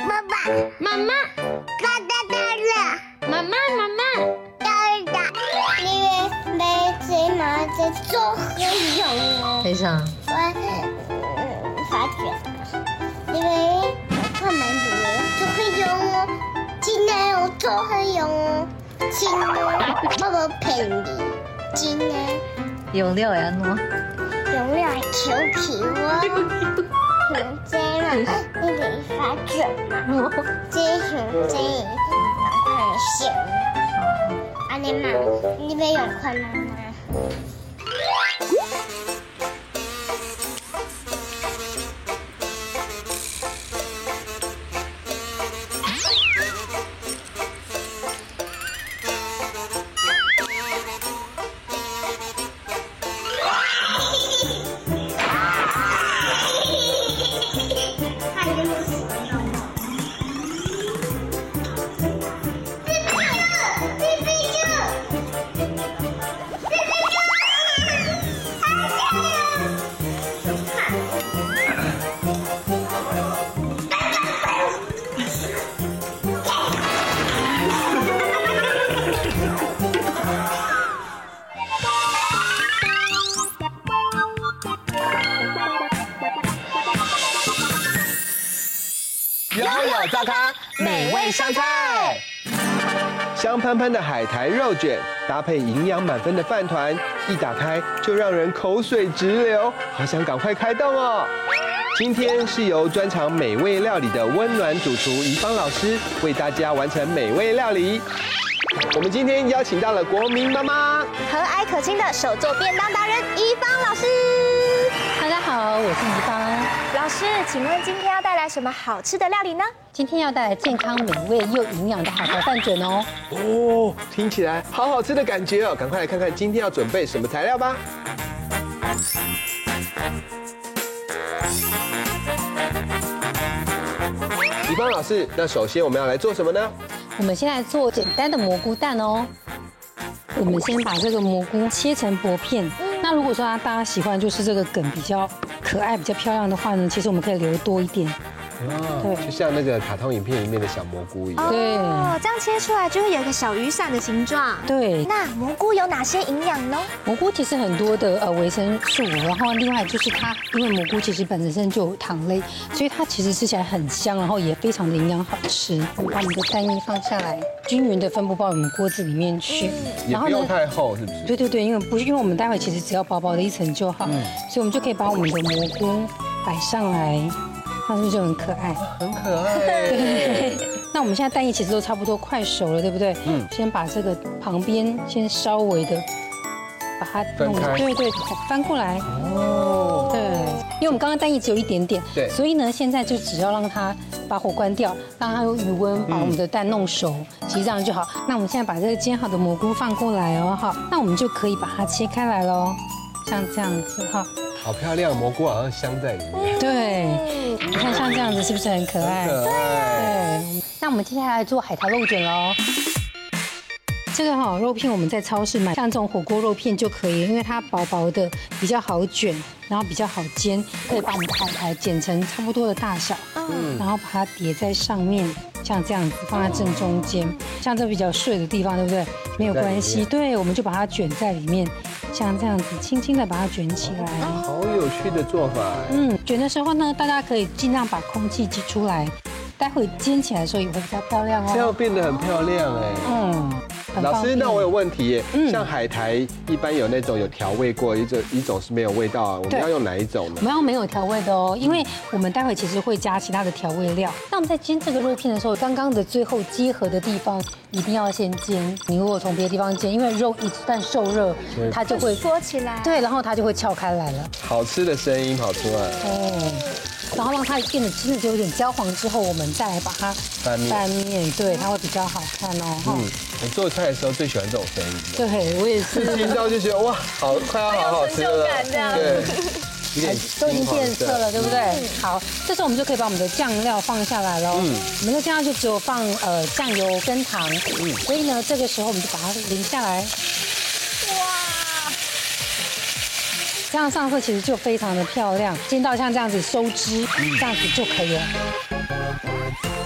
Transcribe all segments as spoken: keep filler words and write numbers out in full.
爸爸， 妈妈， 大大大了， 妈妈，妈妈， 大大，因为每次拿着就很用哦。 非常。 我嗯发觉，因为我看蛮多就会用哦，今天我就会用哦，今天爸爸陪你，今天用料呀喏。 用料调皮哦。这样，你得发准嘛，这样这样，赶快行。啊，你妈，你别用快妈妈。 悠悠早咖，美味上菜。香喷喷的海苔肉卷，搭配营养满分的饭团，一打开就让人口水直流，好想赶快开动哦！今天是由专长美味料理的温暖主厨怡芳老师为大家完成美味料理。我们今天邀请到了国民妈妈， 和蔼可亲的手做便当达人怡芳老师。 大家好，我是怡芳。 老师，请问今天要带来什么好吃的料理呢？ 今天要带来健康美味又营养的海苔饭卷哦。 哦，听起来好好吃的感觉哦！赶快来看看今天要准备什么材料吧。怡芳老师，那首先我们要来做什么呢？ 我们先来做简单的蘑菇蛋哦。我们先把这个蘑菇切成薄片。那如果说大家喜欢就是这个梗比较可爱、比较漂亮的话呢，其实我们可以留多一点。 哦，就像那个卡通影片里面的小蘑菇一样。 对， 哦，这样切出来就会有一个小雨伞的形状。 对。 那蘑菇有哪些营养呢？ 蘑菇其实很多的呃维生素，然后另外就是它，因为蘑菇其实本身就有糖类，所以它其实吃起来很香，然后也非常的营养好吃。我们把我们的蛋液放下来，均匀的分布到我们锅子里面去。 也不用太厚，是不是？ 对对对，因为不是，因为我们待会其实只要薄薄的一层就好，所以我们就可以把我们的蘑菇摆上来。它是不是就很可爱？ 很可爱。 对。那我们现在蛋液其实都差不多快熟了，对不对？嗯。先把这个旁边先稍微的把它分开。 对对，翻过来。哦。对，因为我们刚刚蛋液只有一点点， 对。 所以呢，现在就只要让它把火关掉，让它有余温，把我们的蛋弄熟，其实这样就好。那我们现在把这个煎好的蘑菇放过来哦，好，那我们就可以把它切开来喽，像这样子哈。 好漂亮，蘑菇好像镶在里面。 对，你看像这样子是不是很可爱？ 可爱。对，那我们接下来做海苔肉卷喽。这个哈肉片我们在超市买，像这种火锅肉片就可以，因为它薄薄的，比较好卷，然后比较好煎，可以把我们的海苔剪成差不多的大小，嗯，然后把它叠在上面，像这样子放在正中间，像这比较碎的地方，对不对？没有关系，对，我们就把它卷在里面。像这样子，轻轻的把它卷起来。 好有趣的做法。 嗯，卷的时候呢，大家可以尽量把空气挤出来，待会煎起来的时候也会比较漂亮哦。 这样变得很漂亮哎。嗯。老师，那我有问题耶。嗯。像海苔一般有那种有调味过，一种一种是没有味道啊。我们要用哪一种呢？ 我们要没有调味的哦，因为我们待会其实会加其他的调味料。那我们在煎这个肉片的时候，刚刚的最后结合的地方一定要先煎。你如果从别的地方煎，因为肉一旦受热，它就会缩起来。 对，然后它就会翘开来了。 好吃的声音跑出来。哦。 然后让它变得真的就有点焦黄之后，我们再来把它翻面， 翻面，对，它会比较好看哦。嗯， 我做菜的时候最喜欢这种声音。 对，我也是。 听到就觉得哇，好，快要好好吃了。 对， 有点都已经变色了，对不对？好，这时候我们就可以把我们的酱料放下来喽。嗯，我们的酱料就只有放呃酱油跟糖。嗯，所以呢，这个时候我们就把它淋下来。这样上色其实就非常的漂亮，煎到像这样子收汁，这样子就可以了。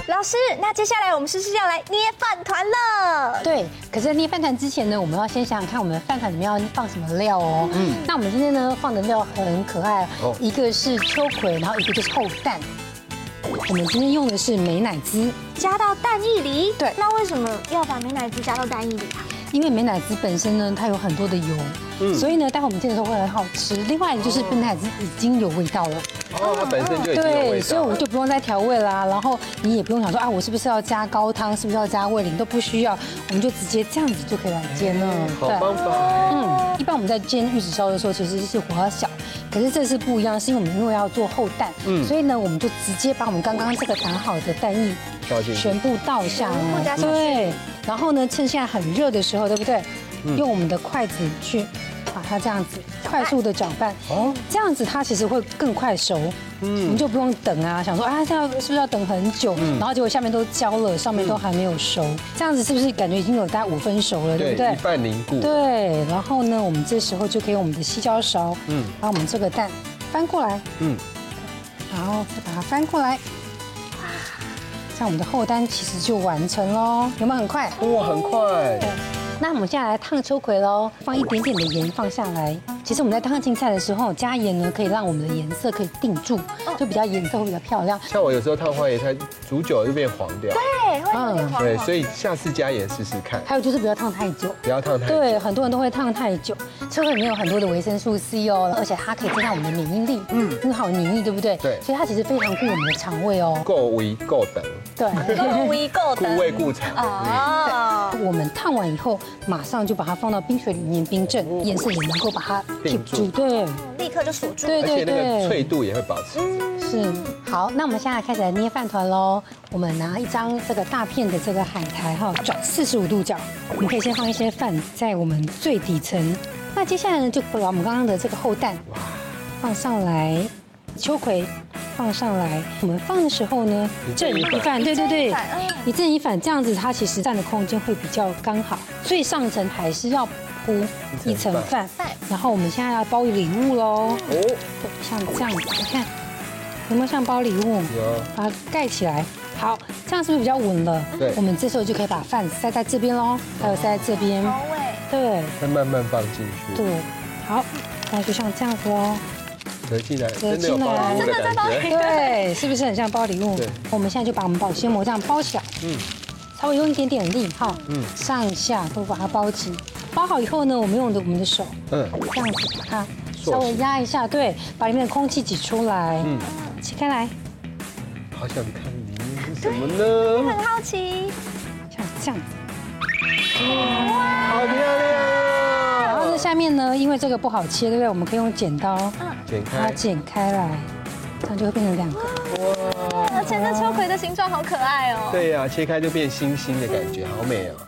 老师，那接下来我们是不是要来捏饭团了？ 对，可是在捏饭团之前呢，我们要先想想看，我们饭团里面要放什么料哦。嗯，那我们今天呢放的料很可爱哦，一个是秋葵，然后一个就是厚蛋。我们今天用的是美乃滋， 加到蛋液里。 对， 那为什么要把美乃滋加到蛋液里啊？ 因为美乃滋本身呢，它有很多的油，嗯，所以呢，待会我们煎的时候会很好吃。另外一个就是美乃滋已经有味道了， 哦，它本身就已经有味道， 对，所以我们就不用再调味啦。然后你也不用想说啊，我是不是要加高汤，是不是要加味淋，都不需要，我们就直接这样子就可以来煎了。 好方法。 嗯，一般我们在煎玉子烧的时候，其实是火要小，可是这次不一样，是因为我们因为要做厚蛋，嗯，所以呢，我们就直接把我们刚刚这个打好的蛋液全部倒下来，对。然后呢，趁现在很热的时候，对不对？用我们的筷子去把它这样子快速的搅拌，哦，这样子它其实会更快熟，嗯，我们就不用等啊，想说啊，这样是不是要等很久？然后结果下面都焦了，上面都还没有熟，这样子是不是感觉已经有大概五分熟了，对不对？ 一半凝固。对， 然后呢，我们这时候就可以用我们的细椒勺，嗯，把我们这个蛋翻过来，嗯，然后再把它翻过来。像我们的厚蛋其实就完成喽，有没有很快？ 哇，很快。 那我们现在来烫秋葵喽，放一点点的盐放下来。其实我们在烫青菜的时候加盐呢，可以让我们的颜色可以定住，就比较颜色会比较漂亮。 像我有时候烫花椰菜煮久了就变黄掉。 对，会有点黄。 对，所以下次加盐试试看。 还有就是不要烫太久， 不要烫太久。 对，很多人都会烫太久。秋葵里面有很多的维生素 C 哦，而且它可以增强我们的免疫力，嗯，因为它有黏液，对不对？ 对。 所以它其实非常顾我们的肠胃哦。 够味够等。 对， 够味够等。顾胃顾肠。 哦。我们烫完以后，马上就把它放到冰水里面冰镇，颜色也能够把它 keep 住，对， 立刻就锁住， 对对对， 而且那个脆度也会保持。 是，好，那我们现在开始来捏饭团喽。我们拿一张这个大片的这个海苔哈，转四十五度角，我们可以先放一些饭在我们最底层。那接下来呢，就把我们刚刚的这个厚蛋放上来，秋葵放上来。我们放的时候呢，正一反，对对对，你正一反，这样子它其实占的空间会比较刚好。最上层还是要铺一层饭，然后我们现在要包礼物喽。哦，对，像这样子，你看有没有像包礼物？ 有， 把它盖起来。好，这样是不是比较稳了？ 对， 我们这时候就可以把饭塞在这边喽，还有塞在这边。对， 再慢慢放进去。 对，好，那就像这样子哦。 折进来，真的有包礼物的感觉。 对，是不是很像包礼物？ 对， 我们现在就把我们保鲜膜这样包起来。嗯。稍微用一点点力哈，嗯，上下都把它包紧。包好以后呢，我们用的我们的手，嗯，这样子把它稍微压一下，对，把里面的空气挤出来，嗯，切开来。 好想看里面是什么呢？ 很好奇。 像这样子。 哇，好漂亮！ 然后这下面呢，因为这个不好切，对不对？我们可以用剪刀， 嗯， 剪开， 把它剪开来，这样就会变成两个。 哇，而且这秋葵的形状好可爱哦。 对呀，切开就变星星的感觉，好美哦。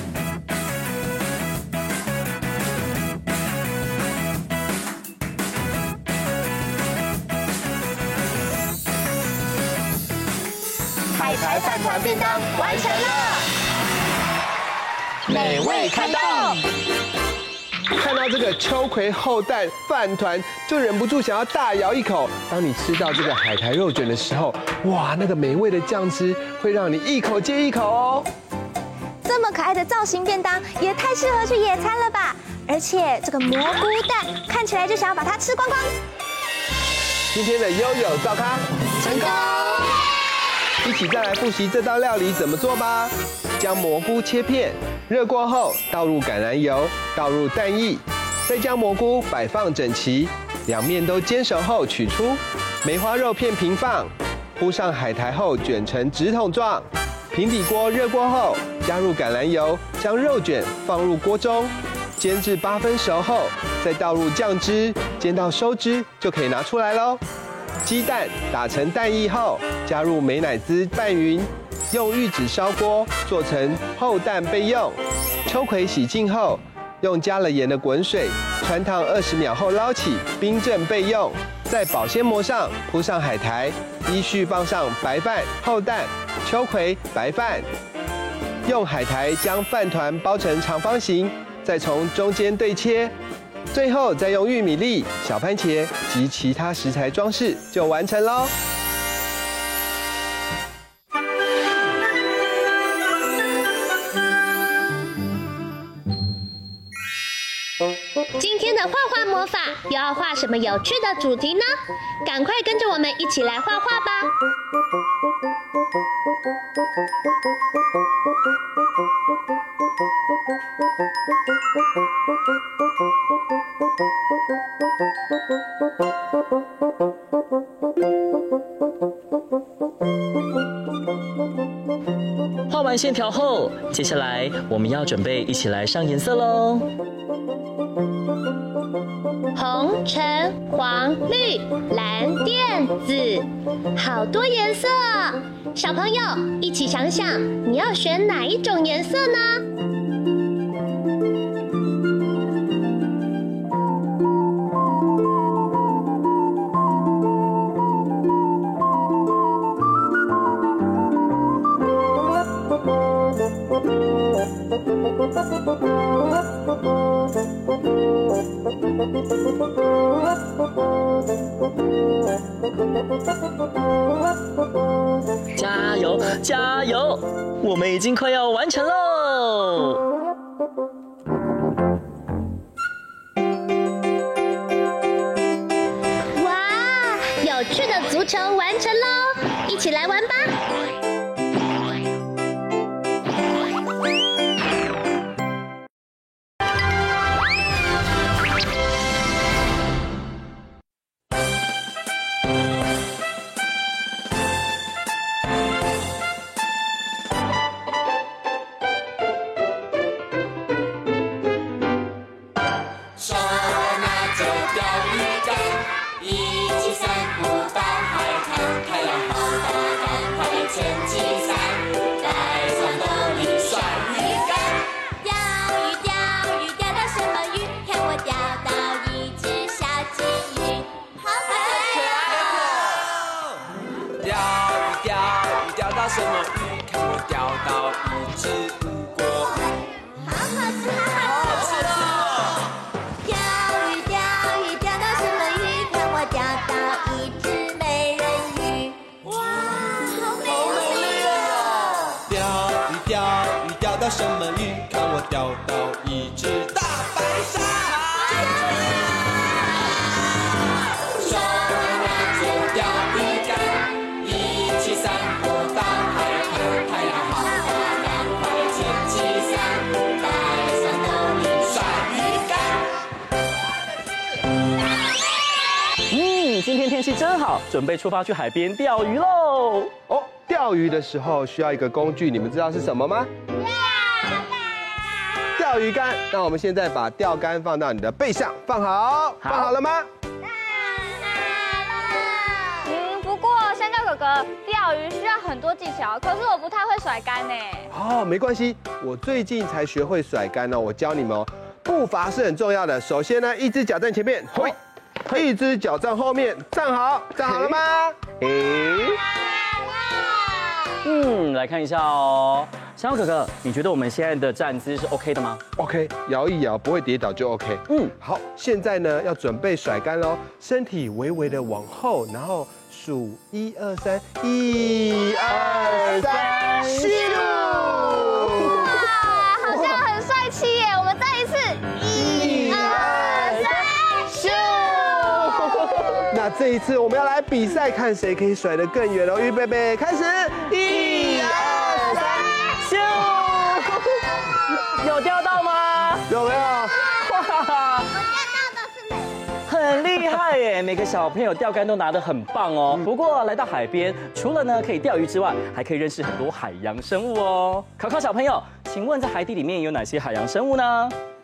海苔饭团便当完成了， 美味开动！看到这个秋葵厚蛋饭团，就忍不住想要大咬一口。当你吃到这个海苔肉卷的时候，哇，那个美味的酱汁会让你一口接一口哦。 这么可爱的造型便当，也太适合去野餐了吧！而且这个蘑菇蛋看起来就想要把它吃光光。 今天的悠悠造咖成功，一起再来复习这道料理怎么做吧。将蘑菇切片，热锅后倒入橄榄油，倒入蛋液，再将蘑菇摆放整齐，两面都煎熟后取出。梅花肉片平放，铺上海苔后卷成直筒状。平底锅热锅后，加入橄榄油，将肉卷放入锅中，煎至八分熟后，再倒入酱汁，煎到收汁就可以拿出来喽。鸡蛋打成蛋液后，加入美乃滋拌匀，用预纸烧锅做成厚蛋备用。秋葵洗净后，用加了盐的滚水汆烫二十秒后捞起，冰镇备用。在保鲜膜上铺上海苔，依序放上白饭、厚蛋、秋葵、白饭。用海苔将饭团包成长方形，再从中间对切。最后再用玉米粒、小番茄及其他食材装饰，就完成喽。 的画画魔法，又要画什么有趣的主题呢？赶快跟着我们一起来画画吧！ 画完线条后，接下来我们要准备一起来上颜色喽。 红、橙、黄、绿、蓝、靛、紫，好多颜色啊！小朋友一起想想，你要选哪一种颜色呢？ 加油，加油！我们已经快要完成喽！ 哇，有趣的足球完成喽！一起来玩吧！ 什么鱼？看我钓到一只无国鱼， 好好吃，好好吃哦！钓鱼，钓鱼，钓到什么鱼？看我钓到一只美人鱼。哇，好美哦！ 钓鱼，钓鱼，钓到什么鱼？看我钓到一只大白鲨。手拿着钓鱼竿，一起散步。 今天天气真好，准备出发去海边钓鱼喽！ 哦，钓鱼的时候需要一个工具，你们知道是什么吗？钓鱼竿。那我们现在把钓竿放到你的背上，放好，放好了吗？ 嗯，不过香蕉哥哥，钓鱼需要很多技巧，可是我不太会甩竿呢。 哦，没关系，我最近才学会甩竿哦，我教你们哦。步伐是很重要的，首先呢，一只脚站前面，嘿。一只脚站后面，站好，站好了吗？诶， 嗯，来看一下哦。香蕉哥哥，你觉得我们现在的站姿是 OK 的吗 ？OK， 摇一摇，不会跌倒就 OK。嗯，好，现在呢要准备甩竿喽，身体微微的往后，然后数一二三，一二三，咻！ 哇，好像很帅气耶！我们再一次，一二三。 那这一次我们要来比赛，看谁可以甩得更远哦！预备备，开始！一、二、 三，咻！有钓到吗？ 有没有？ 哇！很厉害耶！每个小朋友钓竿都拿得很棒哦。不过来到海边，除了呢可以钓鱼之外，还可以认识很多海洋生物哦。考考小朋友，请问在海底里面有哪些海洋生物呢？